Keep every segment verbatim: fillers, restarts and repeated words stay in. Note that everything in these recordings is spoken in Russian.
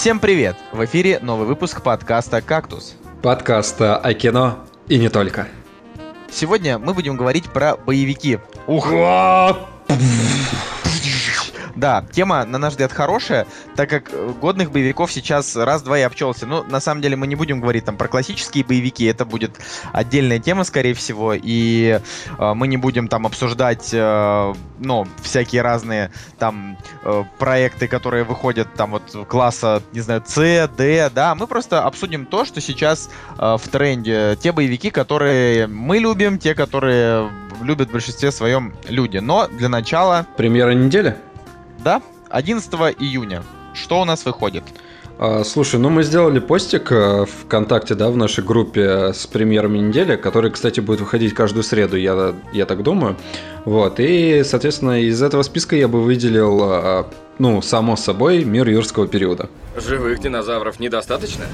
Всем привет! В эфире новый выпуск подкаста «Кактус». Подкаста о кино и не только. Сегодня мы будем говорить про боевики. Ух! Да, тема, на наш взгляд, хорошая, так как годных боевиков сейчас раз-два и обчелся. Ну, на самом деле, мы не будем говорить там про классические боевики, это будет отдельная тема, скорее всего, и э, мы не будем там обсуждать, э, ну, всякие разные там э, проекты, которые выходят там вот класса, не знаю, С, Д, да, мы просто обсудим то, что сейчас э, в тренде, те боевики, которые мы любим, те, которые любят в большинстве своем люди. Но для начала... Премьера недели? Да, одиннадцатого июня. Что у нас выходит? А, слушай, ну мы сделали постик в ВКонтакте, да, в нашей группе с премьерами недели, который, кстати, будет выходить каждую среду, я, я так думаю. Вот, и, соответственно, из этого списка я бы выделил, ну, само собой, «Мир юрского периода». Живых динозавров недостаточно?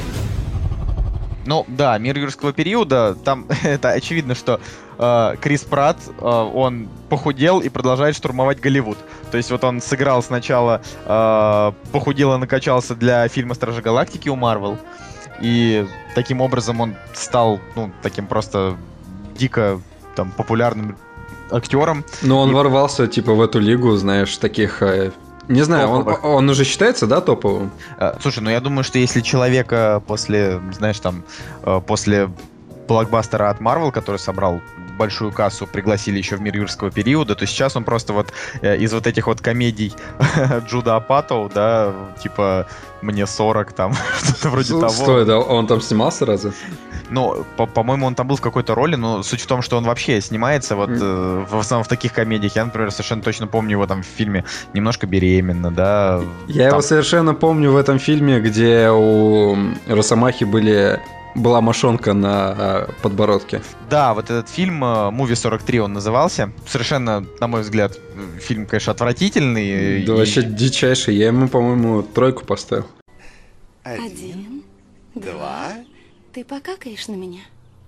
Ну, да, «Мир юрского периода», там это очевидно, что э, Крис Пратт, э, он похудел и продолжает штурмовать Голливуд. То есть вот он сыграл сначала, э, похудел и накачался для фильма «Стражи Галактики» у Марвел, и таким образом он стал, ну, таким просто дико там популярным актером. Но он и... ворвался, типа, в эту лигу, знаешь, таких... Не знаю, он, он уже считается, да, топовым? Слушай, ну я думаю, что если человека после, знаешь, там, после блокбастера от Marvel, который собрал большую кассу, пригласили еще в «Мир юрского периода», то сейчас он просто вот из вот этих вот комедий Джуда Апатоу, да, типа «Мне сорок», там, что-то вроде того. Стой, да, он там снимался разве? Ну, по- по-моему, он там был в какой-то роли, но суть в том, что он вообще снимается вот mm. э, в основном в таких комедиях. Я, например, совершенно точно помню его там в фильме «Немножко беременна», да. Я там... его совершенно помню в этом фильме, где у Росомахи были... была мошонка на подбородке. Да, вот этот фильм «Муви сорок три» он назывался. Совершенно, на мой взгляд, фильм, конечно, отвратительный. Да, и... вообще дичайший. Я ему, по-моему, тройку поставил. Один, два... Ты покакаешь на меня?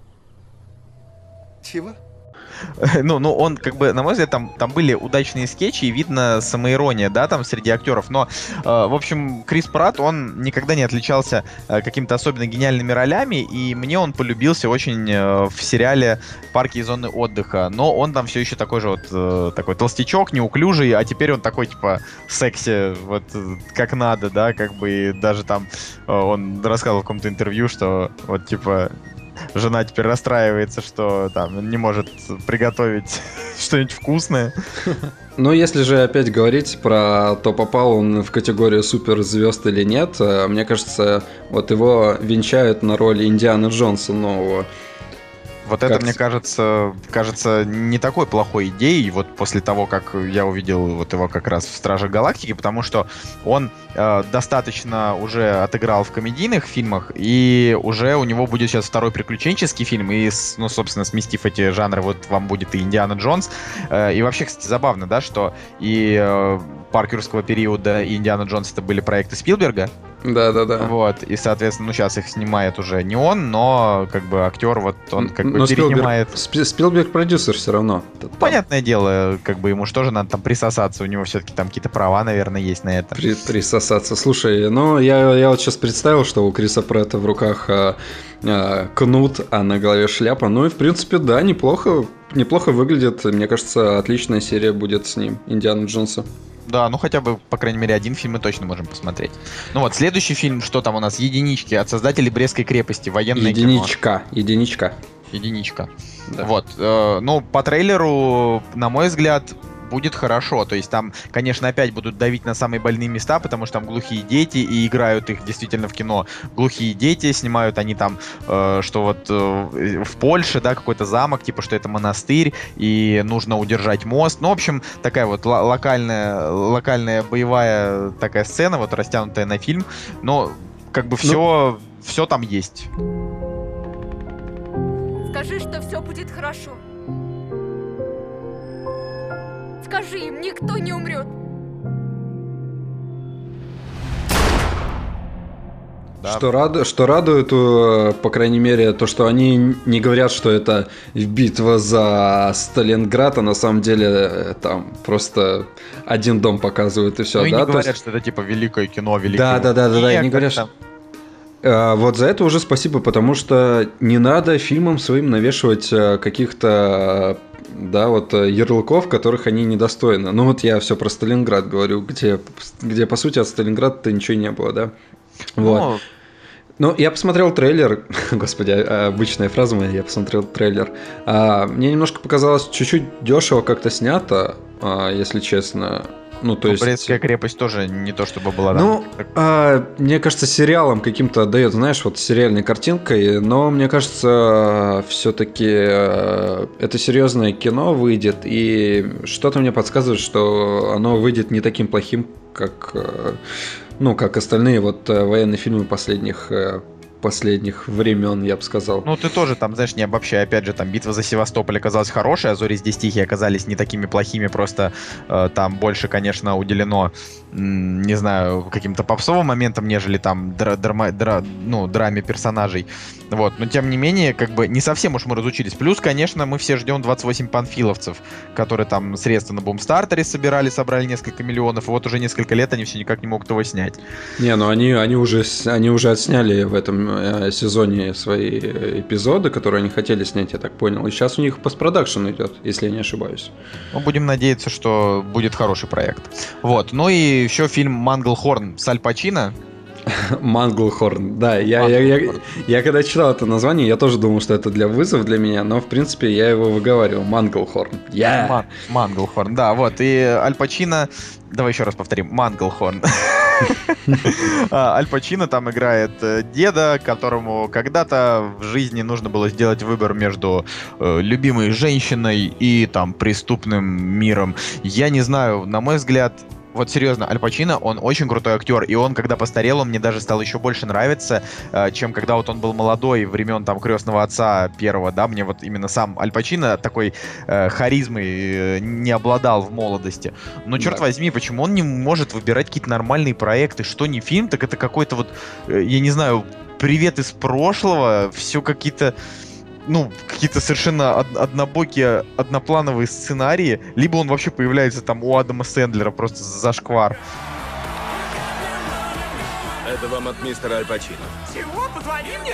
Чего? Ну, ну, он, как бы, на мой взгляд, там, там были удачные скетчи, и видно самоирония, да, там, среди актеров. Но, э, в общем, Крис Пратт, он никогда не отличался э, какими-то особенно гениальными ролями, и мне он полюбился очень э, в сериале «Парки и зоны отдыха». Но он там все еще такой же вот, э, такой толстячок, неуклюжий, а теперь он такой, типа, секси, вот, как надо, да, как бы, и даже там э, он рассказывал в каком-то интервью, что, вот, типа... Жена теперь расстраивается, что там не может приготовить что-нибудь вкусное. Ну, если же опять говорить про то, попал он в категорию суперзвезд или нет, мне кажется, вот его венчают на роль Индианы Джонса нового. Вот как... это, мне кажется, кажется не такой плохой идеей, вот после того, как я увидел вот его как раз в «Стражах Галактики», потому что он э, достаточно уже отыграл в комедийных фильмах, и уже у него будет сейчас второй приключенческий фильм, и, ну, собственно, сместив эти жанры, вот вам будет и «Индиана Джонс». Э, и вообще, кстати, забавно, да, что и э, «Парк юрского периода», и «Индиана Джонс» — это были проекты Спилберга. Да-да-да. Вот, и, соответственно, ну, сейчас их снимает уже не он, но, как бы, актер, вот, он, как бы, но перенимает... Спилберг, Спилберг продюсер все равно. Понятное дело, как бы, ему же тоже надо там присосаться, у него все-таки там какие-то права, наверное, есть на это. При, присосаться. Слушай, ну, я, я вот сейчас представил, что у Криса Пратта в руках а, а, кнут, а на голове шляпа, ну, и, в принципе, да, неплохо, неплохо выглядит, мне кажется, отличная серия будет с ним, Индиана Джонса. Да, ну хотя бы, по крайней мере, один фильм мы точно можем посмотреть. Ну вот, следующий фильм, что там у нас? «Единички» от создателей «Брестской крепости», военное Единичка, кино. единичка. Единичка. Да. Вот, э, ну, по трейлеру, на мой взгляд, будет хорошо. То есть там, конечно, опять будут давить на самые больные места, потому что там глухие дети, и играют их действительно в кино глухие дети, снимают они там, э, что вот э, в Польше, да, какой-то замок, типа, что это монастырь, и нужно удержать мост. Ну, в общем, такая вот л- локальная, локальная боевая такая сцена, вот растянутая на фильм, но как бы все, ну... все там есть. Скажи, что все будет хорошо. Скажи им, никто не умрет. Да? Что, рад... что радует, э, по крайней мере, то, что они не говорят, что это битва за Сталинград, а на самом деле э, там просто один дом показывают и все. Ну и да? не То говорят, есть... что это типа великое кино, великое... Да, да, да, да, да, они говорят, там... что... Вот за это уже спасибо, потому что не надо фильмам своим навешивать каких-то, да, вот ярлыков, которых они недостойны. Ну вот я все про Сталинград говорю, где, где по сути от Сталинграда-то ничего не было, да. Вот. Ну... Ну, я посмотрел трейлер, господи, обычная фраза моя, я посмотрел трейлер. А, мне немножко показалось чуть-чуть дешево как-то снято, а, если честно. Ну, то ну, есть... Брестская крепость тоже не то, чтобы была... Ну, там... а, мне кажется, сериалом каким-то отдает, знаешь, вот сериальной картинкой, но мне кажется, все-таки это серьезное кино выйдет, и что-то мне подсказывает, что оно выйдет не таким плохим, как, ну, как остальные вот военные фильмы последних последних времен, я бы сказал. Ну, ты тоже там, знаешь, не обобщай. Опять же, там битва за Севастополь оказалась хорошей, а Зори здесь тихие оказались не такими плохими, просто э, там больше, конечно, уделено, м, не знаю, каким-то попсовым моментам, нежели там дра- драма- дра- ну, драме персонажей. Вот. Но, тем не менее, как бы не совсем уж мы разучились. Плюс, конечно, мы все ждем двадцать восемь панфиловцев, которые там средства на бумстартере собирали, собрали несколько миллионов, и вот уже несколько лет они все никак не могут его снять. Не, ну они, они, уже, они уже отсняли в этом сезоне свои эпизоды, которые они хотели снять, я так понял. И сейчас у них постпродакшн идет, если я не ошибаюсь. Ну, будем надеяться, что будет хороший проект. Вот. Ну и еще фильм «Манглхорн» с Аль Пачино. Манглхорн, да. Я, я, я, я когда читал это название, я тоже думал, что это для вызова для меня, но в принципе я его выговаривал. Манглхорн. Yeah. Ман- Манглхорн, да, вот. И Аль Пачино... Давай еще раз повторим. Манглхорн. Аль Пачино там играет деда, которому когда-то в жизни нужно было сделать выбор между э, любимой женщиной и там преступным миром. Я не знаю, на мой взгляд, вот серьезно, Аль Пачино, он очень крутой актер, и он, когда постарел, он мне даже стал еще больше нравиться, э, чем когда вот он был молодой, времен там «Крестного отца» первого, да, мне вот именно сам Аль Пачино такой э, харизмой э, не обладал в молодости. Но, черт да. возьми, почему он не может выбирать какие-то нормальные проекты? Что не фильм, так это какой-то вот, э, я не знаю, привет из прошлого, все какие-то... ну, какие-то совершенно од- однобокие, одноплановые сценарии, либо он вообще появляется там у Адама Сэндлера просто зашквар. Это вам от мистера Аль Пачино. Чего? Позвони мне!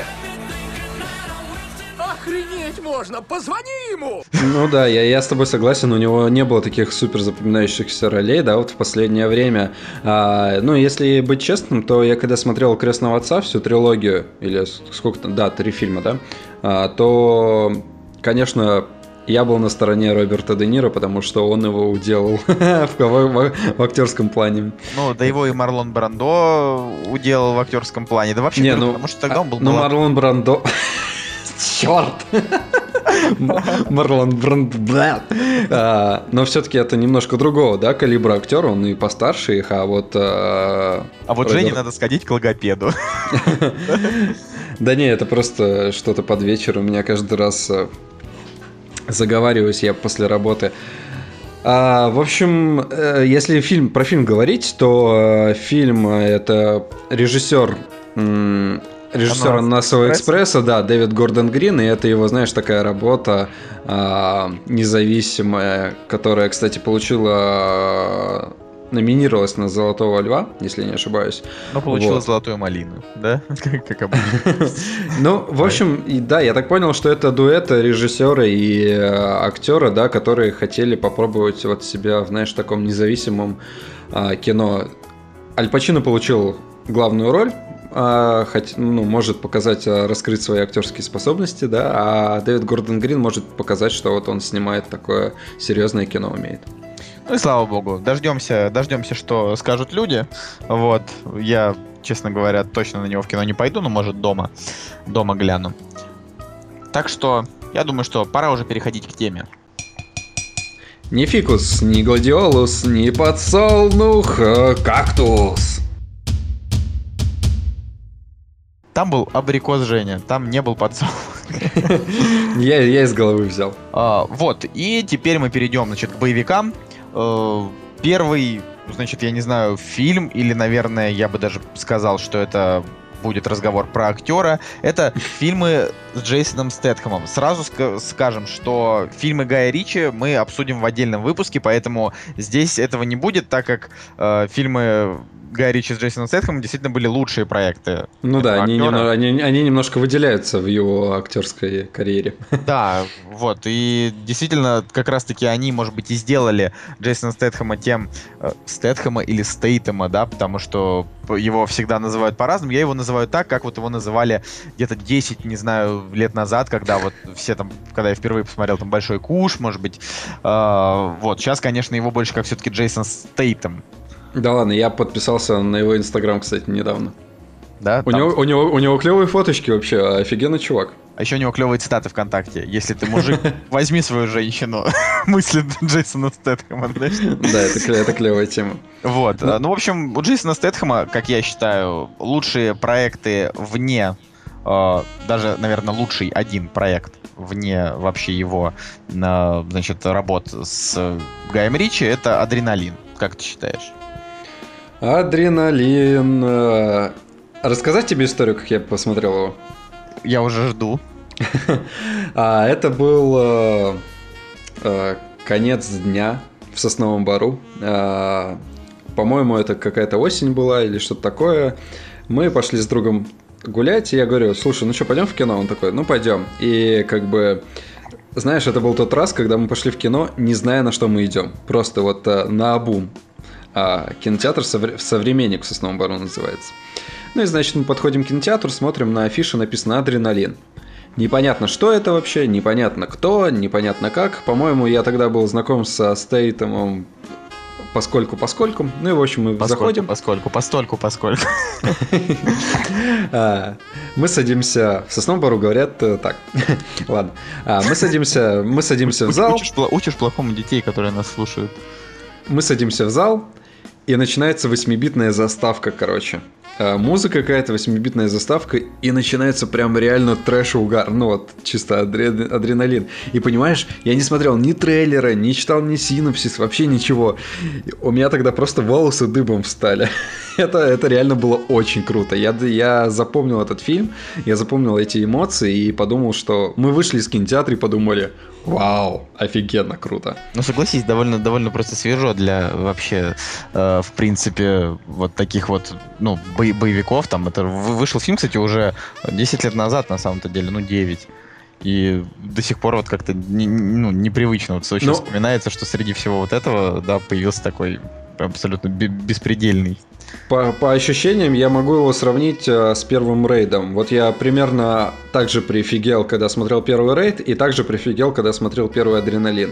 Охренеть можно! Позвони ему! Ну да, я, я с тобой согласен, у него не было таких супер запоминающихся ролей, да, вот в последнее время. А, ну, если быть честным, то я когда смотрел «Крестного отца», всю трилогию, или сколько там, да, три фильма, да, а, то, конечно, я был на стороне Роберта Де Ниро, потому что он его уделал в, в, в актерском плане. Ну, да его и Марлон Брандо уделал в актерском плане. Да вообще, не, круто, ну, потому что тогда он был Ну, молодой. Марлон Брандо... Черт! Марлон Брандо. А, но все-таки это немножко другого, да, калибра актер, он и постарше их, а вот... А, а вот Роберт... Жене надо сходить к логопеду. Да не, это просто что-то под вечер. У меня каждый раз заговариваюсь я после работы. А, в общем, если фильм, про фильм говорить, то фильм это режиссер... Режиссер «Ананасового экспресса», да, Дэвид Гордон Грин, и это его, знаешь, такая работа а, независимая, которая, кстати, получила, номинировалась на «Золотого льва», если я не ошибаюсь. Ну, получила вот. «Золотую малину», да? Как обычно. Ну, в общем, да, я так понял, что это дуэт режиссера и актера, да, которые хотели попробовать вот себя в, знаешь, таком независимом кино. Аль Пачино получил главную роль, хоть, ну, может показать, раскрыть свои актерские способности, да, а Дэвид Гордон Грин может показать, что вот он снимает такое серьезное кино, умеет. Ну и слава богу, дождемся, дождемся, что скажут люди. Вот, я, честно говоря, точно на него в кино не пойду, но может дома, дома гляну. Так что, я думаю, что пора уже переходить к теме. Ни фикус, ни гладиолус, ни подсолнух, а кактус. Там был абрикос Женя, там не был подсолнух. Я, я из головы взял. А, вот, и теперь мы перейдем, значит, к боевикам. Uh, первый, значит, я не знаю, фильм, или, наверное, я бы даже сказал, что это будет разговор про актера, это фильмы с Джейсоном Стэтхэмом. Сразу ска- скажем, что фильмы Гая Ричи мы обсудим в отдельном выпуске, поэтому здесь этого не будет, так как э, фильмы Гая Ричи с Джейсоном Стэтхэмом действительно были лучшие проекты. Ну да, они, актера. немного, они, они немножко выделяются в его актерской карьере. Да, вот, и действительно, как раз-таки они, может быть, и сделали Джейсона Стэтхэма тем, э, Стэтхэма или Стейтема, да, потому что его всегда называют по-разному, я его называю так, как вот его называли где-то десять, не знаю, лет назад, когда вот все там, когда я впервые посмотрел там «Большой куш», может быть, э, вот, сейчас, конечно, его больше как все-таки Джейсон Стейтем. Да ладно, я подписался на его инстаграм, кстати, недавно. Да, У там... него, у, него, у него клевые фоточки вообще, офигенный чувак. А еще у него клевые цитаты ВКонтакте. Если ты мужик, возьми свою женщину. Мысли Джейсона Стэтхэма. Да, это, это клевая тема. Вот. Ну, в общем, у Джейсона Стэтхэма, как я считаю, лучшие проекты вне, э, даже, наверное, лучший один проект вне вообще его, э, значит, работ с Гаем Ричи, это «Адреналин». Как ты считаешь? «Адреналин». Рассказать тебе историю, как я посмотрел его? Я уже жду. а, это был э, э, конец дня в Сосновом Бору. Э, по-моему, это какая-то осень была или что-то такое. Мы пошли с другом гулять, и я говорю: слушай, ну что, пойдем в кино? Он такой: ну пойдем. И как бы, знаешь, это был тот раз, когда мы пошли в кино, не зная, на что мы идем. Просто вот э, наобум. А, кинотеатр совре- «Современник» в Сосновом Бору называется. Ну и, значит, мы подходим к кинотеатру, смотрим, на афише написано «Адреналин». Непонятно, что это вообще, непонятно кто, непонятно как. По-моему, я тогда был знаком со Стейтемом поскольку-поскольку. Ну и, в общем, мы поскольку, заходим. Поскольку, постольку, поскольку. Мы садимся... В Сосновом Бору говорят так. Ладно. Мы садимся мы садимся в зал. Учишь плохому детей, которые нас слушают. Мы садимся в зал, и начинается восьмибитная заставка, короче. Музыка какая-то, восьмибитная заставка, и начинается прям реально трэш-угар. Ну вот, чисто адре- адреналин. И понимаешь, я не смотрел ни трейлера, не читал ни синопсис, вообще ничего. У меня тогда просто волосы дыбом встали. это, это реально было очень круто. Я, я запомнил этот фильм, я запомнил эти эмоции и подумал, что мы вышли из кинотеатра и подумали: вау, офигенно круто. Ну, согласись, довольно, довольно просто свежо для вообще, э, в принципе, вот таких вот, ну, бо- боевиков. Там это вышел фильм, кстати, уже десять лет назад, на самом-то деле, ну, девять. И до сих пор вот как-то не, ну, непривычно вот очень Но... вспоминается, что среди всего вот этого, да, появился такой абсолютно б- беспредельный. По, по ощущениям я могу его сравнить э, с первым рейдом. Вот я примерно так же прифигел, когда смотрел первый рейд, и так же прифигел, когда смотрел первый «Адреналин».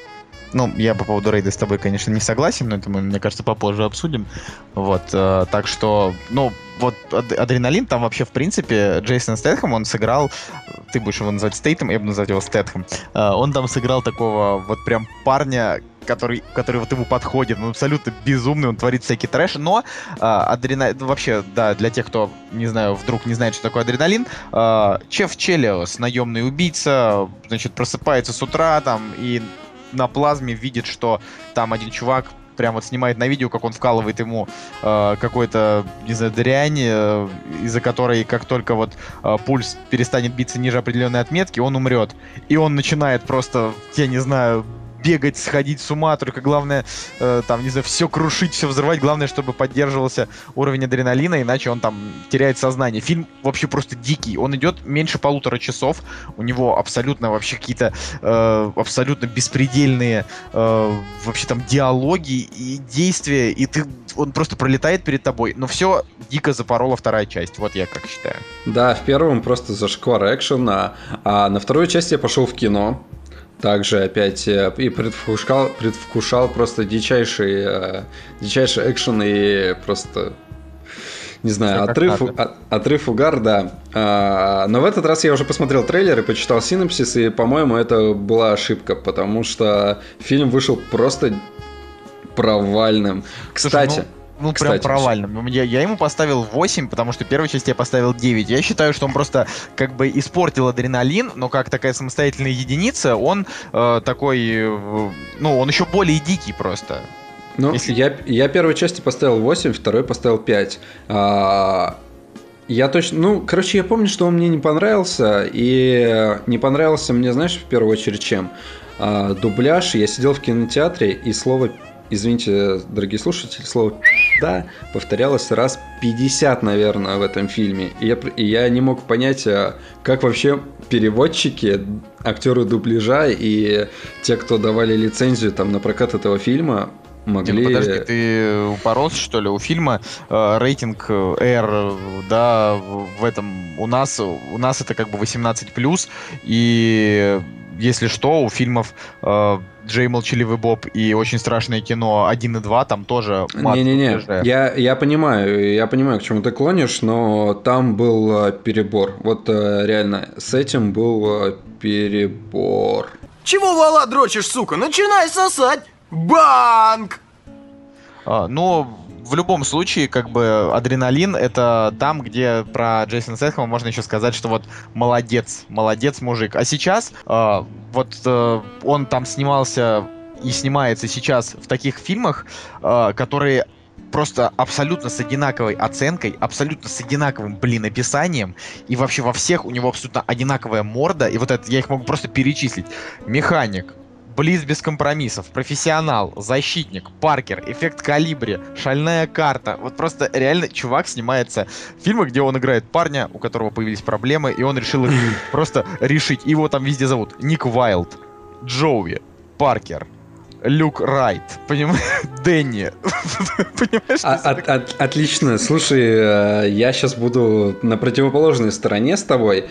Ну, я по поводу рейда с тобой, конечно, не согласен, но это мы, мне кажется, попозже обсудим. Вот, э, так что, ну, вот «Адреналин», там вообще, в принципе, Джейсон Стэтхэм, он сыграл, ты будешь его называть Стейтом, я буду называть его Стэтхэм, э, он там сыграл такого вот прям парня, который, который вот ему подходит, он абсолютно безумный, он творит всякий трэш, но э, адреналин, вообще, да, для тех, кто, не знаю, вдруг не знает, что такое «Адреналин», э, Чеф Челиос, наемный убийца, значит, просыпается с утра там и на плазме видит, что там один чувак прям вот снимает на видео, как он вкалывает ему э, какой-то, не знаю, дрянь, э, из-за которой, как только вот э, пульс перестанет биться ниже определенной отметки, он умрет. И он начинает просто, я не знаю, бегать, сходить с ума, только главное, э, там, не знаю, все крушить, все взрывать, главное, чтобы поддерживался уровень адреналина, иначе он там теряет сознание. Фильм вообще просто дикий, он идет меньше полутора часов, у него абсолютно вообще какие-то э, абсолютно беспредельные э, вообще там диалоги и действия, и ты, он просто пролетает перед тобой, но все дико запорола вторая часть, вот я как считаю. Да, в первом просто зашквар экшена, а на вторую часть я пошел в кино. Также опять и предвкушал, предвкушал просто дичайший, дичайший экшен и просто, не знаю, отрыв, от, отрыв угар, да. А, но в этот раз я уже посмотрел трейлер и почитал синопсис, и, по-моему, это была ошибка, потому что фильм вышел просто провальным. Кстати... Слушай, ну... Ну, Кстати, прям провальным. Я, я ему поставил восемь, потому что первую часть я поставил девять. Я считаю, что он просто как бы испортил «Адреналин», но как такая самостоятельная единица, он э, такой, э, ну, он еще более дикий просто. Ну, Если... я, я первой части поставил восемь, второй поставил пять. А, Я точно... Ну, короче, я помню, что он мне не понравился. И не понравился мне, знаешь, в первую очередь чем? А, дубляж. Я сидел в кинотеатре, и слово... Извините, дорогие слушатели, слово «да» повторялось раз пятьдесят, наверное, в этом фильме. И я, и я не мог понять, как вообще переводчики, актеры дубляжа и те, кто давали лицензию там, на прокат этого фильма, могли... Ну, подожди, ты упоролся, что ли? У фильма э, рейтинг R, да, в этом... У нас, у нас это как бы восемнадцать плюс, и... Если что, у фильмов э, «Джей Молчаливый Боб» и «Очень страшное кино» один и два там тоже мат. Не-не-не, я, я понимаю, я понимаю, к чему ты клонишь, но там был э, перебор. Вот э, реально, с этим был э, перебор. Чего вала дрочишь, сука? Начинай сосать! Банк! А, ну, в любом случае, как бы, адреналин — это там, где про Джейсона Стэтхэма можно еще сказать, что вот молодец, молодец мужик. А сейчас, э, вот э, он там снимался и снимается сейчас в таких фильмах, э, которые просто абсолютно с одинаковой оценкой, абсолютно с одинаковым, блин, описанием, и вообще во всех у него абсолютно одинаковая морда, и вот это я их могу просто перечислить. «Механик», «Блиц без компромиссов», «Профессионал», «Защитник», «Паркер», «Эффект Колибри», «Шальная карта». Вот просто реально чувак снимается в фильмах, где он играет парня, у которого появились проблемы, и он решил их просто решить. Его там везде зовут Ник Уайлд, Джоуи, Паркер, Люк Райт, понимаешь, Дэнни. Понимаешь? А, от, от, отлично. Слушай, я сейчас буду на противоположной стороне с тобой.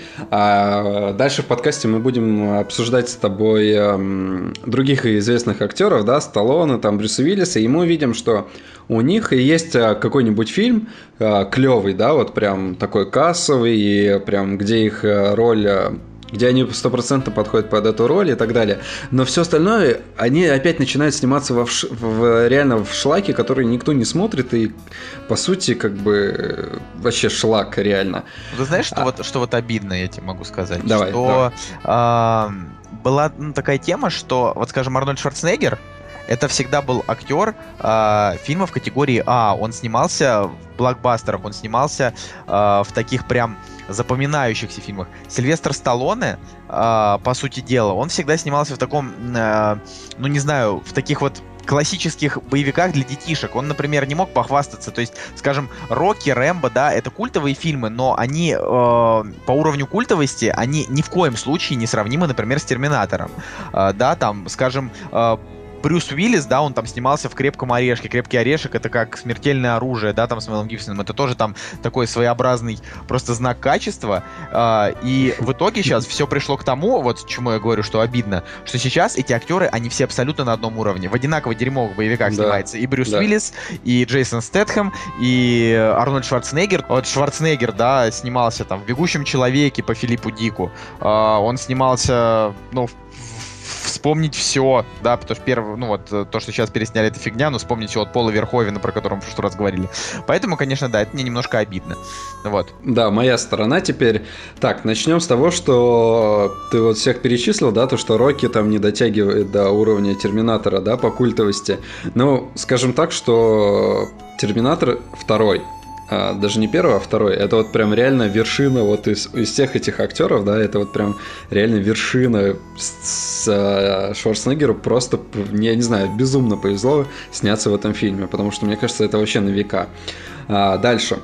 А дальше в подкасте мы будем обсуждать с тобой эм, других известных актеров, да, Сталлоне, там, Брюса Уиллиса, и мы увидим, что у них есть какой-нибудь фильм э, клевый, да, вот прям такой кассовый, и прям где их роль... где они сто процентов подходят под эту роль и так далее. Но все остальное, они опять начинают сниматься во вш... в, реально в шлаке, который никто не смотрит, и по сути как бы вообще шлак реально. Ты знаешь, что, а... вот, что вот обидно, я тебе могу сказать? Давай, что давай. Э, была ну, такая тема, что, вот скажем, Арнольд Шварценеггер, это всегда был актер э, фильмов категории А. Он снимался в блокбастерах, он снимался э, в таких прям запоминающихся фильмах. Сильвестр Сталлоне, э, по сути дела, он всегда снимался в таком, э, ну не знаю, в таких вот классических боевиках для детишек. Он, например, не мог похвастаться. То есть, скажем, Рокки, Рэмбо, да, это культовые фильмы, но они э, по уровню культовости, они ни в коем случае не сравнимы, например, с Терминатором. Э, да, там, скажем, э, Брюс Уиллис, да, он там снимался в «Крепком орешке». «Крепкий орешек» — это как «Смертельное оружие», да, там с Мелом Гибсоном. Это тоже там такой своеобразный просто знак качества. А, и в итоге сейчас все пришло к тому, вот чему я говорю, что обидно, что сейчас эти актеры, они все абсолютно на одном уровне. В одинаково дерьмовых боевиках да. снимается и Брюс да. Уиллис, и Джейсон Стэтхэм, и Арнольд Шварценеггер. Вот Шварценеггер, да, снимался там в «Бегущем человеке» по Филиппу Дику. А, он снимался, ну, в вспомнить все, да, потому что первое, ну вот, то, что сейчас пересняли, это фигня, но вспомнить все от Пола Верховена, про которого мы в прошлый раз говорили. Поэтому, конечно, да, это мне немножко обидно. Вот. Да, моя сторона теперь. Так, начнем с того, что ты вот всех перечислил, да, то, что Рокки там не дотягивает до уровня Терминатора, да, по культовости. Ну, скажем так, что Терминатор второй, а, даже не первый, а второй, это вот прям реально вершина вот из, из всех этих актеров, да, это вот прям реально вершина. С, с а, Шварценеггеру просто, я не знаю, безумно повезло сняться в этом фильме, потому что, мне кажется, это вообще на века. А, дальше.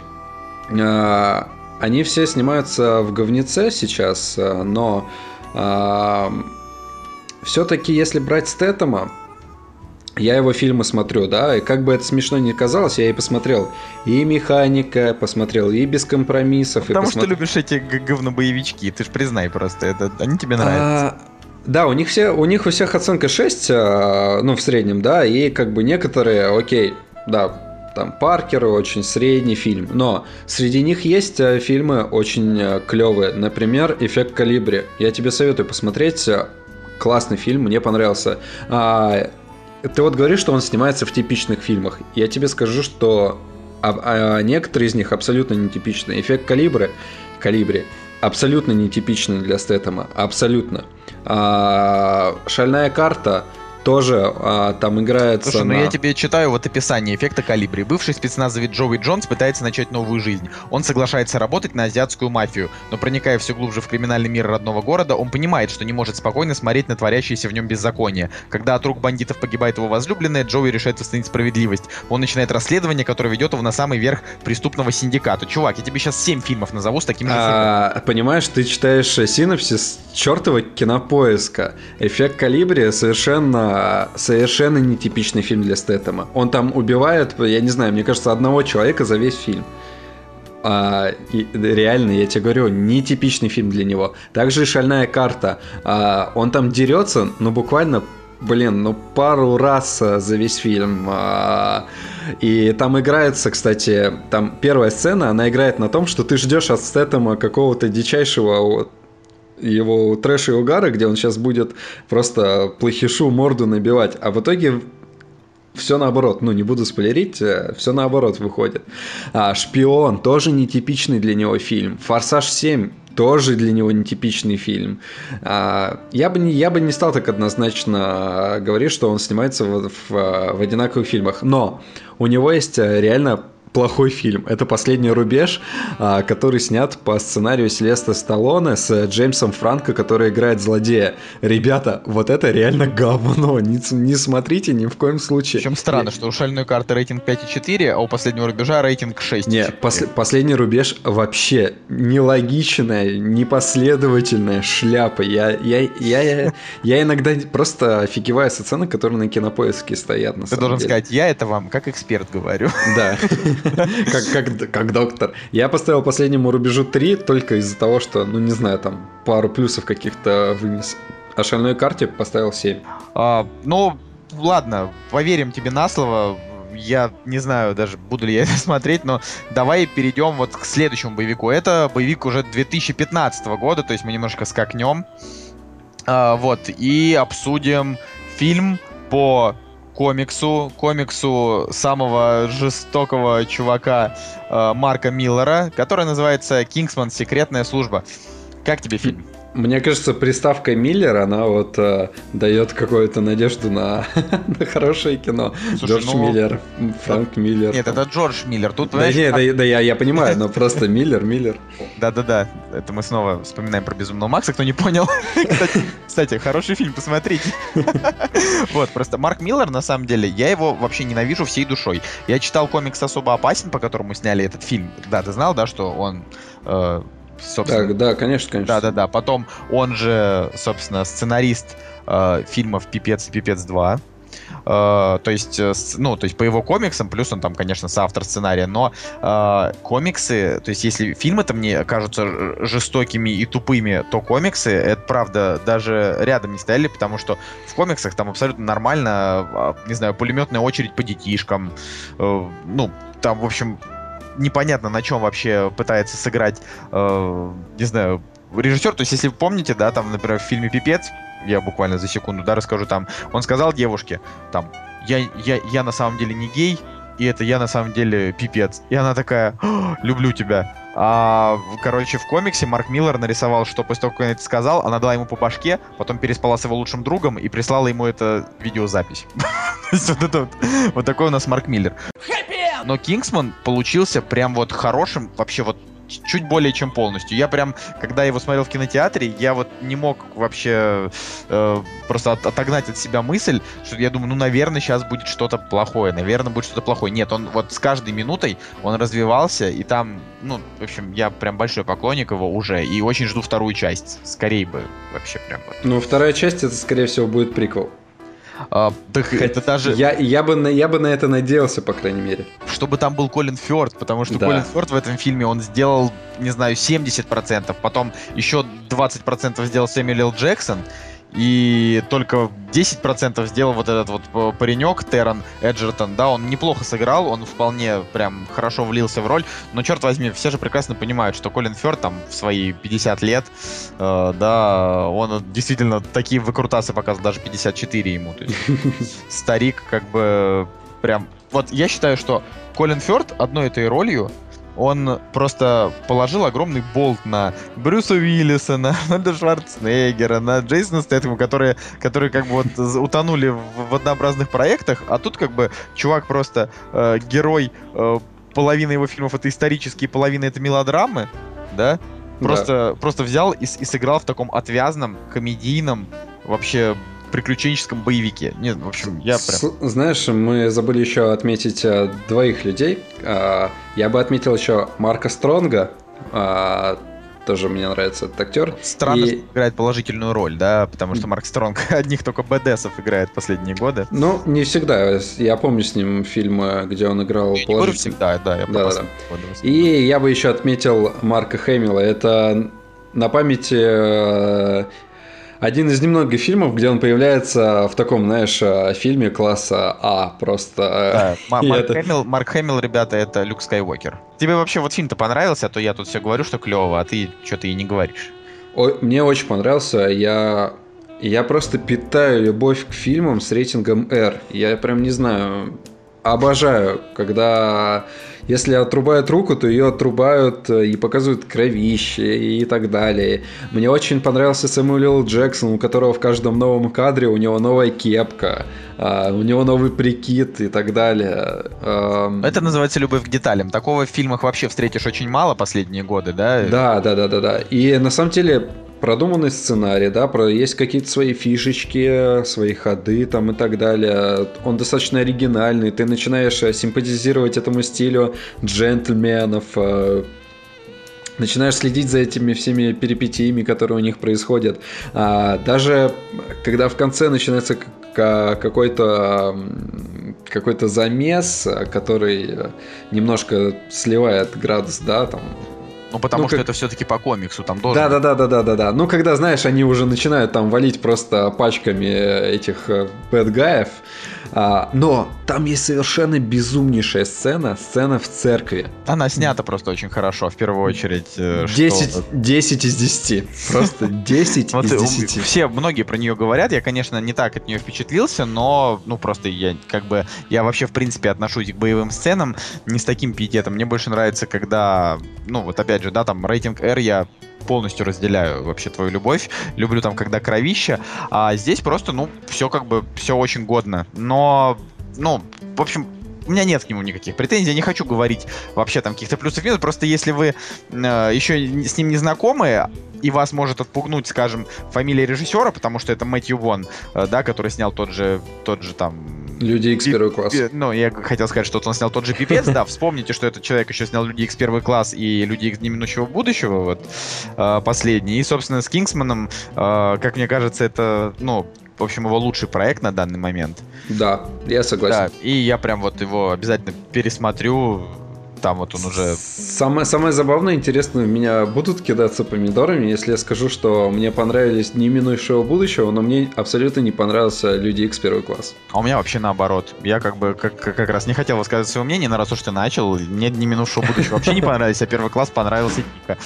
А, они все снимаются в говнеце сейчас, но а, все-таки, если брать Стэтэма, я его фильмы смотрю, да, и как бы это смешно ни казалось, я и посмотрел и «Механика», посмотрел и «Без компромиссов». Потому и что посмотр... ты любишь эти говнобоевички, ты ж признай просто, это, они тебе нравятся. А, да, у них, все, у них у всех оценка шесть, ну, в среднем, да, и как бы некоторые, окей, да, там «Паркер» очень средний фильм, но среди них есть фильмы очень клевые, например, «Эффект Колибри». Я тебе советую посмотреть, классный фильм, мне понравился. Ты вот говоришь, что он снимается в типичных фильмах. Я тебе скажу, что а, а некоторые из них абсолютно нетипичные. «Эффект Колибри», Колибри абсолютно нетипичный для Стэтэма. Абсолютно. А, «Шальная карта» тоже а, там играется. Слушай, на... ну я тебе читаю вот описание эффекта «Колибри». Бывший спецназовец Джоуи Джонс пытается начать новую жизнь. Он соглашается работать на азиатскую мафию, но проникая все глубже в криминальный мир родного города, он понимает, что не может спокойно смотреть на творящееся в нем беззаконие. Когда от рук бандитов погибает его возлюбленная, Джоуи решает восстановить справедливость. Он начинает расследование, которое ведет его на самый верх преступного синдиката. Чувак, я тебе сейчас семь фильмов назову с таким же а, фильмом. Понимаешь, ты читаешь синопсис чертова Кинопоиска. «Эффект Колибри» совершенно, совершенно нетипичный фильм для Стэтэма. Он там убивает, я не знаю, мне кажется, одного человека за весь фильм. А, и, реально, я тебе говорю, нетипичный фильм для него. Также и «Шальная карта». А, он там дерется, ну буквально, блин, ну пару раз за весь фильм. А, и там играется, кстати, там первая сцена, она играет на том, что ты ждешь от Стэтэма какого-то дичайшего его трэша и угара, где он сейчас будет просто плохишу морду набивать, а в итоге все наоборот, ну не буду спойлерить, все наоборот выходит. А, «Шпион» тоже нетипичный для него фильм. «Форсаж семь» тоже для него нетипичный фильм. А, я, бы не, я бы не стал так однозначно говорить, что он снимается в, в, в одинаковых фильмах, но у него есть реально плохой фильм. Это «Последний рубеж», который снят по сценарию Сильвестра Сталлоне с Джеймсом Франко, который играет злодея. Ребята, вот это реально говно. Не, не смотрите ни в коем случае. Причем странно, что у «Шальной карты» рейтинг пять и четыре, а у «Последнего рубежа» рейтинг шесть. Нет, пос- «Последний рубеж» вообще нелогичная, непоследовательная шляпа. Я, я, я, я, я иногда просто офигеваю с оценок, которые на Кинопоиске стоят. На Ты должен деле. сказать, я это вам как эксперт говорю. Да. Как, как, как доктор. Я поставил «Последнему рубежу» три только из-за того, что, ну не знаю, там пару плюсов каких-то вынес. А «Шальной карте» поставил семь. А, ну, ладно, поверим тебе на слово. Я не знаю даже, буду ли я это смотреть, но давай перейдем вот к следующему боевику. Это боевик уже две тысячи пятнадцатого года, то есть мы немножко скакнем. А, вот, и обсудим фильм по... комиксу, комиксу самого жестокого чувака э, Марка Миллера, который называется «Кингсман. Секретная служба». Как тебе фильм? Мне кажется, приставка Миллер, она вот э, дает какую-то надежду на, на хорошее кино. Слушай, Джордж ну... Миллер, Фрэнк это... Миллер. Нет, это Джордж Миллер. Тут, да, нет, как... да, да я, я понимаю, но просто Миллер, Миллер. Да-да-да, это мы снова вспоминаем про «Безумного Макса», кто не понял. Кстати, хороший фильм, посмотрите. Вот, просто Марк Миллер, на самом деле, я его вообще ненавижу всей душой. Я читал комикс «Особо опасен», по которому сняли этот фильм. Да, ты знал, да, что он... собственно. Так, да, конечно, конечно. Да-да-да. Потом он же, собственно, сценарист э, фильмов «Пипец» и «Пипец два». Э, то есть, э, ну, то есть по его комиксам, плюс он там, конечно, соавтор сценария, но э, комиксы, то есть если фильмы-то мне кажутся жестокими и тупыми, то комиксы, это правда, даже рядом не стояли, потому что в комиксах там абсолютно нормально, не знаю, пулеметная очередь по детишкам, э, ну, там, в общем... непонятно, на чем вообще пытается сыграть, э, не знаю, режиссер. То есть, если вы помните, да, там, например, в фильме «Пипец», я буквально за секунду, да, расскажу, там, он сказал девушке, там, я, я, я на самом деле не гей, и это я на самом деле пипец. И она такая, люблю тебя. А, короче, в комиксе Марк Миллер нарисовал, что после того, как он это сказал, она дала ему по башке, потом переспала с его лучшим другом и прислала ему это видеозапись. Вот такой у нас Марк Миллер. Но «Кингсман» получился прям вот хорошим, вообще вот чуть более чем полностью. Я прям, когда его смотрел в кинотеатре, я вот не мог вообще э, просто от, отогнать от себя мысль, что я думаю, ну, наверное, сейчас будет что-то плохое, наверное, будет что-то плохое. Нет, он вот с каждой минутой он развивался, и там, ну, в общем, я прям большой поклонник его уже, и очень жду вторую часть. Скорее бы вообще прям вот. Ну, вторая часть, это, скорее всего, будет приквел. А, так это даже... я, я, бы на, я бы на это надеялся, по крайней мере. Чтобы там был Колин Фёрд, потому что да. Колин Фёрд в этом фильме, он сделал, не знаю, семьдесят процентов, потом еще двадцать процентов сделал Сэмюэл Л. Джексон, и только десять процентов сделал вот этот вот паренек Террен Эджертон, да, он неплохо сыграл, он вполне прям хорошо влился в роль, но, черт возьми, все же прекрасно понимают, что Колин Фёрд там в свои пятьдесят лет, э, да, он действительно такие выкрутасы показывал, даже пятьдесят четыре ему, то есть старик как бы прям... Вот я считаю, что Колин Фёрд одной этой ролью он просто положил огромный болт на Брюса Уиллиса, на Арнольда Шварценеггера, на Джейсона Стэтхэма, которые, которые как бы вот утонули в, в однообразных проектах, а тут как бы чувак просто э, герой, э, половина его фильмов это исторические, половина это мелодрамы, да? Просто, да. просто взял и, и сыграл в таком отвязном, комедийном, вообще приключенческом боевике. Нет, в общем, я прям... Знаешь, мы забыли еще отметить а, двоих людей. А, я бы отметил еще Марка Стронга. А, тоже мне нравится этот актер. Странно, и... что играет положительную роль, да, потому что Марк Стронг одних только бэдэсов играет последние годы. Ну, не всегда. Я помню с ним фильмы, где он играл положительную. Не говорю всегда, да, я да, да, да. И я бы еще отметил Марка Хэмилла. Это на памяти... Один из немногих фильмов, где он появляется в таком, знаешь, фильме класса А, просто. Да, Марк, это... Хэмилл, Марк Хэмилл, ребята, это Люк Скайуокер. Тебе вообще вот фильм-то понравился, а то я тут все говорю, что клево, а ты что-то и не говоришь. О, мне очень понравился, я... я просто питаю любовь к фильмам с рейтингом R. Я прям не знаю, обожаю, когда... Если отрубают руку, то ее отрубают и показывают кровище и так далее. Мне очень понравился Сэмюэл Л. Джексон, у которого в каждом новом кадре у него новая кепка, у него новый прикид и так далее. Это называется любовь к деталям. Такого в фильмах вообще встретишь очень мало последние годы, да? Да, да, да, да, да. И на самом деле... продуманный сценарий, да, есть какие-то свои фишечки, свои ходы там и так далее. Он достаточно оригинальный, ты начинаешь симпатизировать этому стилю джентльменов, начинаешь следить за этими всеми перипетиями, которые у них происходят. Даже когда в конце начинается какой-то какой-то замес, который немножко сливает градус, да, там. Ну, потому ну, что как... это все-таки по комиксу там должен... Да, да, да, да, да, да, да. Ну, когда, знаешь, они уже начинают там валить просто пачками этих бэдгаев. А, но там есть совершенно безумнейшая сцена, сцена в церкви. Она снята просто очень хорошо, в первую очередь. десять, что... десять из десяти. Просто десять из десяти. Все, многие про нее говорят. Я, конечно, не так от нее впечатлился, но, ну, просто я как бы... Я вообще, в принципе, отношусь к боевым сценам не с таким пиететом. Мне больше нравится, когда... Ну, вот опять же, да, там рейтинг R я полностью разделяю вообще твою любовь. Люблю там, когда кровища. А здесь просто, ну, все как бы, все очень годно. Но, ну, в общем, у меня нет к нему никаких претензий. Я не хочу говорить вообще там каких-то плюсов минусов. Просто если вы э, еще с ним не знакомы, и вас может отпугнуть, скажем, фамилия режиссера, потому что это Мэтью Вон, э, да, который снял тот же, тот же там... Люди Икс первый класс. Ну, я хотел сказать, что он снял тот же Пипец, да, вспомните, что этот человек еще снял Люди Икс первый класс и Люди Икс неминучего будущего, вот, э, последний. И, собственно, с Кингсманом, э, как мне кажется, это, ну, в общем, его лучший проект на данный момент. Да, я согласен. Да, и я прям вот его обязательно пересмотрю. Там вот он уже... Самое, самое забавное, интересное, в меня будут кидаться помидорами, если я скажу, что мне понравились «Дни минувшего будущего», но мне абсолютно не понравился «Люди Икс первый класс». А у меня вообще наоборот. Я как бы как, как раз не хотел высказать свое мнение, но раз уж ты начал, мне «Дни минувшего будущего» вообще не понравились, а «Первый класс» понравился дико.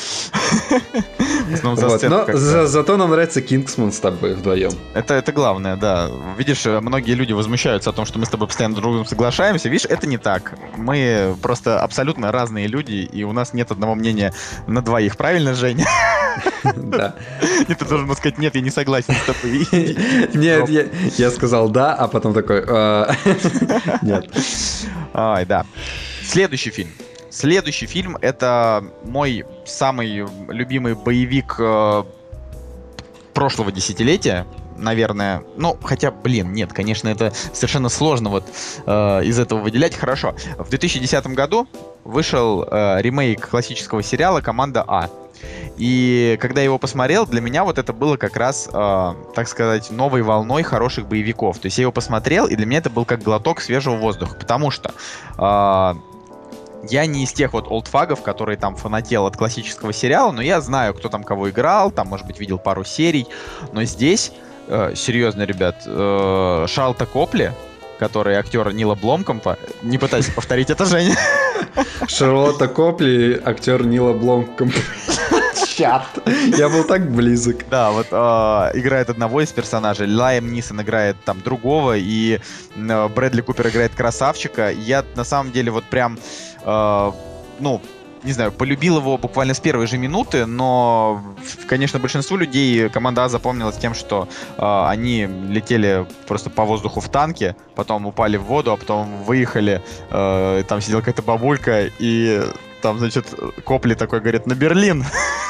Вот, но за, зато нам нравится Кингсман с тобой вдвоем. Это, это главное, да. Видишь, многие люди возмущаются о том, что мы с тобой постоянно друг с другом соглашаемся. Видишь, это не так. Мы просто абсолютно разные люди, и у нас нет одного мнения на двоих. Правильно, Женя? Да. И ты должен сказать, нет, я не согласен с тобой. Нет, я сказал да, а потом такой... Нет. Ай, да. Следующий фильм. Следующий фильм — это мой самый любимый боевик э, прошлого десятилетия, наверное. Ну, хотя, блин, нет, конечно, это совершенно сложно вот э, из этого выделять. Хорошо. В две тысячи десятом году вышел э, ремейк классического сериала «Команда А». И когда я его посмотрел, для меня вот это было как раз, э, так сказать, новой волной хороших боевиков. То есть я его посмотрел, и для меня это был как глоток свежего воздуха, потому что... Э, Я не из тех вот олдфагов, которые там фанател от классического сериала, но я знаю, кто там кого играл, там, может быть, видел пару серий. Но здесь, э, серьезно, ребят, э, Шарлотта Копли, который актер Нила Бломкомпа, не пытайся повторить это, Женя. Шарлотта Копли, актер Нила Бломкомпа. Чат. Я был так близок. Да, вот э, играет одного из персонажей, Лайм Нисон играет там другого, и э, Брэдли Купер играет красавчика. Я на самом деле вот прям, э, ну, не знаю, полюбил его буквально с первой же минуты, но, конечно, большинству людей команда А запомнилась тем, что э, они летели просто по воздуху в танке, потом упали в воду, а потом выехали, э, там сидела какая-то бабулька, и там, значит, Копли такой говорит: на Берлин!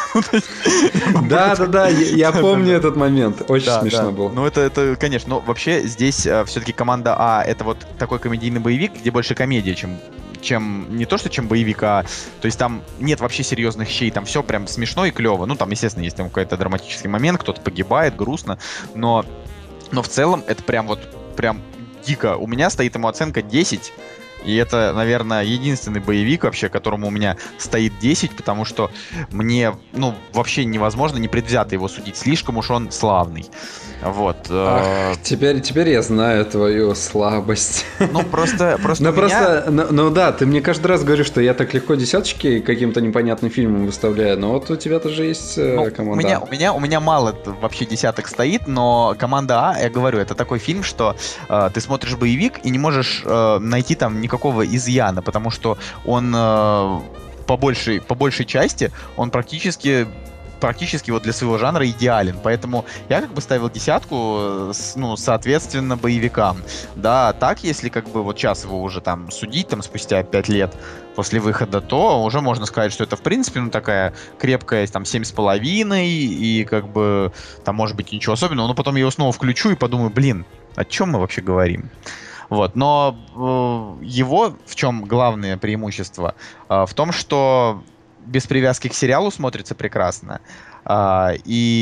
Да-да-да, я помню этот момент, очень смешно было. Ну это, это, конечно, но вообще здесь все-таки команда А — это вот такой комедийный боевик, где больше комедия, чем чем не то, что чем боевик, а то есть там нет вообще серьезных щей, там все прям смешно и клево. Ну, там, естественно, есть там какой-то драматический момент, кто-то погибает, грустно, но, но в целом это прям вот прям дико. У меня стоит ему оценка десять, и это, наверное, единственный боевик вообще, которому у меня стоит десять, потому что мне, ну, вообще невозможно непредвзято его судить, слишком уж он славный. Вот. Ах, теперь, теперь я знаю твою слабость. Ну, просто, просто ну, у меня... просто, ну, ну да, ты мне каждый раз говоришь, что я так легко десяточки каким-то непонятным фильмом выставляю, но вот у тебя тоже есть ну, команда. У меня, у, меня, у меня мало вообще десяток стоит, но команда А, я говорю, это такой фильм, что э, ты смотришь боевик и не можешь э, найти там никакого изъяна, потому что он э, по, большей, по большей части, он практически... практически вот для своего жанра идеален, поэтому я как бы ставил десятку, ну, соответственно, боевикам. Да, так, если как бы вот сейчас его уже там судить, там, спустя пять лет после выхода, то уже можно сказать, что это, в принципе, ну, такая крепкая, там, семь с половиной, и как бы там, может быть, ничего особенного, но потом я его снова включу и подумаю, блин, о чем мы вообще говорим? Вот, но э, его, в чем главное преимущество? Э, в том, что без привязки к сериалу смотрится прекрасно. А,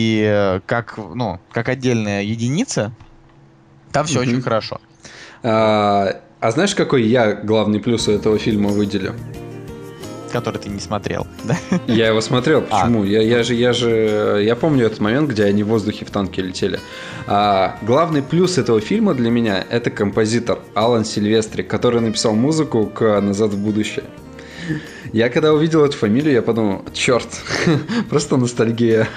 и как, ну, как отдельная единица, там все mm-hmm. очень хорошо. А, а знаешь, какой я главный плюс у этого фильма выделю? Который ты не смотрел, да? Я его смотрел. Почему? А. Я, я же, я же, я помню этот момент, где они в воздухе в танке летели. А, главный плюс этого фильма для меня — это композитор Алан Сильвестри, который написал музыку к «Назад в будущее». Я когда увидел эту фамилию, я подумал, черт, просто ностальгия.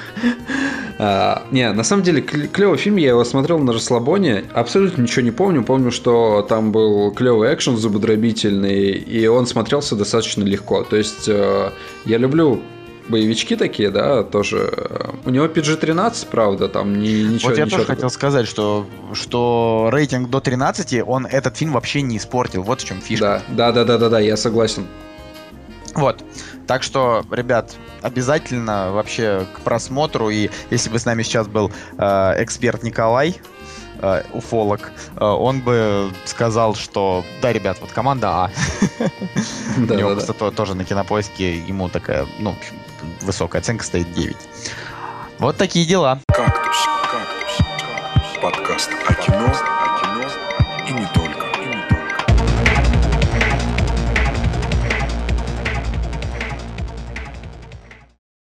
а, не, на самом деле клевый фильм, я его смотрел на расслабоне, абсолютно ничего не помню. Помню, что там был клевый экшен зубодробительный, и он смотрелся достаточно легко. То есть э, я люблю боевички такие, да, тоже. У него пи джи тринадцать, правда, там ни, ничего. Вот я ничего тоже такого. хотел сказать, что, что рейтинг до тринадцати, он этот фильм вообще не испортил. Вот в чем фишка. Да, да, да, да, да, да, я согласен. Вот. Так что, ребят, обязательно вообще к просмотру. И если бы с нами сейчас был э, эксперт Николай, э, уфолог, э, он бы сказал, что да, ребят, вот команда А. У него просто тоже на Кинопоиске ему такая, ну, высокая оценка стоит девять. Вот такие дела. Кактус, кактус, кактус. Подкаст о кино